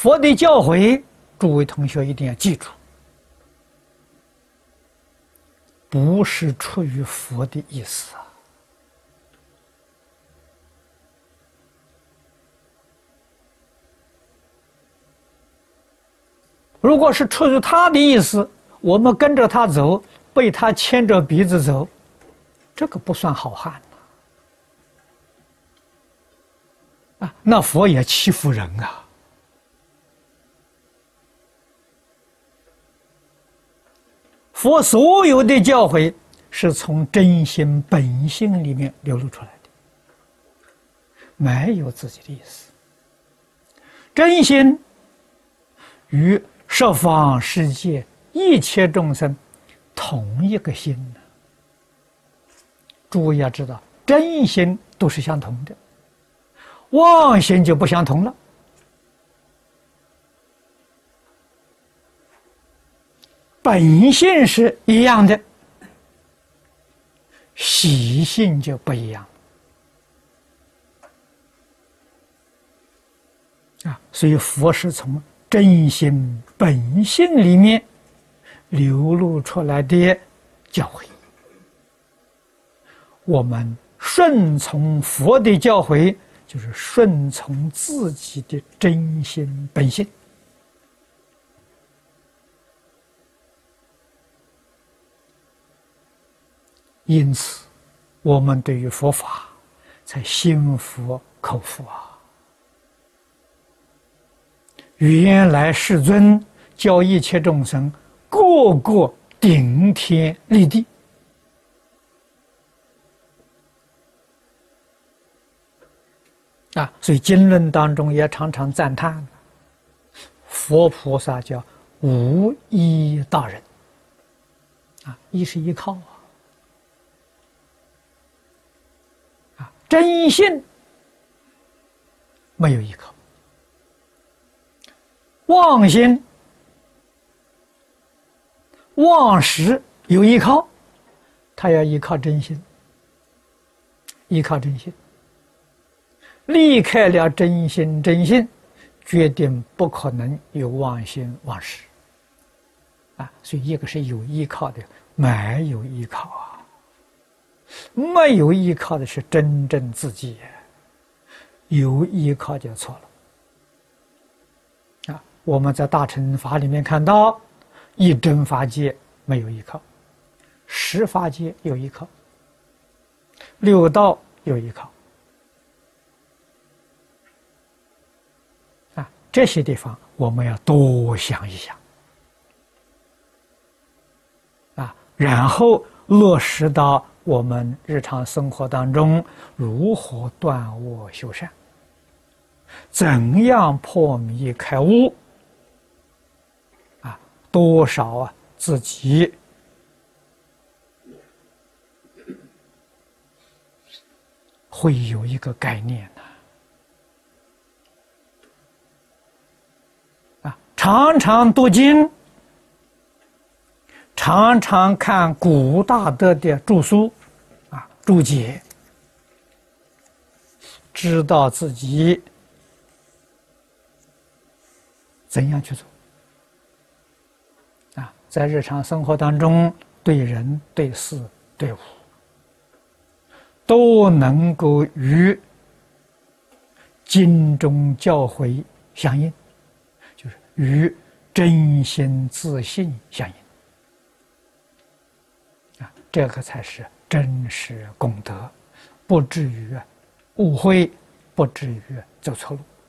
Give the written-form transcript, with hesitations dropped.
佛的教诲，诸位同学一定要记住，不是出于佛的意思啊。如果是出于他的意思，我们跟着他走，被他牵着鼻子走，这个不算好汉啊！那佛也欺负人啊！佛所有的教诲是从真心本性里面流露出来的，没有自己的意思。真心与十方世界一切众生同一个心呢。诸位要知道，真心都是相同的，妄心就不相同了。本性是一样的，习性就不一样啊。所以佛是从真心本性里面流露出来的教诲，我们顺从佛的教诲，就是顺从自己的真心本性。因此，我们对于佛法才心服口服啊！原来世尊教一切众生，个个顶天立地啊！所以经论当中也常常赞叹佛菩萨叫无依大人啊，依是依靠啊，真心没有依靠，妄心妄识有依靠，他要依靠真心，依靠真心，离开了真心真性，决定不可能有妄心妄识啊！所以一个是有依靠的，没有依靠啊，没有依靠的是真正自己，有依靠就错了啊！我们在大乘法里面看到，一真法界没有依靠，十法界有依靠，六道有依靠啊！这些地方我们要多想一想啊，然后落实到我们日常生活当中，如何断恶修善，怎样破迷开悟啊？多少啊自己会有一个概念啊！常常读经，常常看古大德的著书啊注解，知道自己怎样去做啊，在日常生活当中，对人对事对物都能够与经中教诲相应，就是与真心自信相应啊，这个才是真实功德，不至于误会，不至于走错路。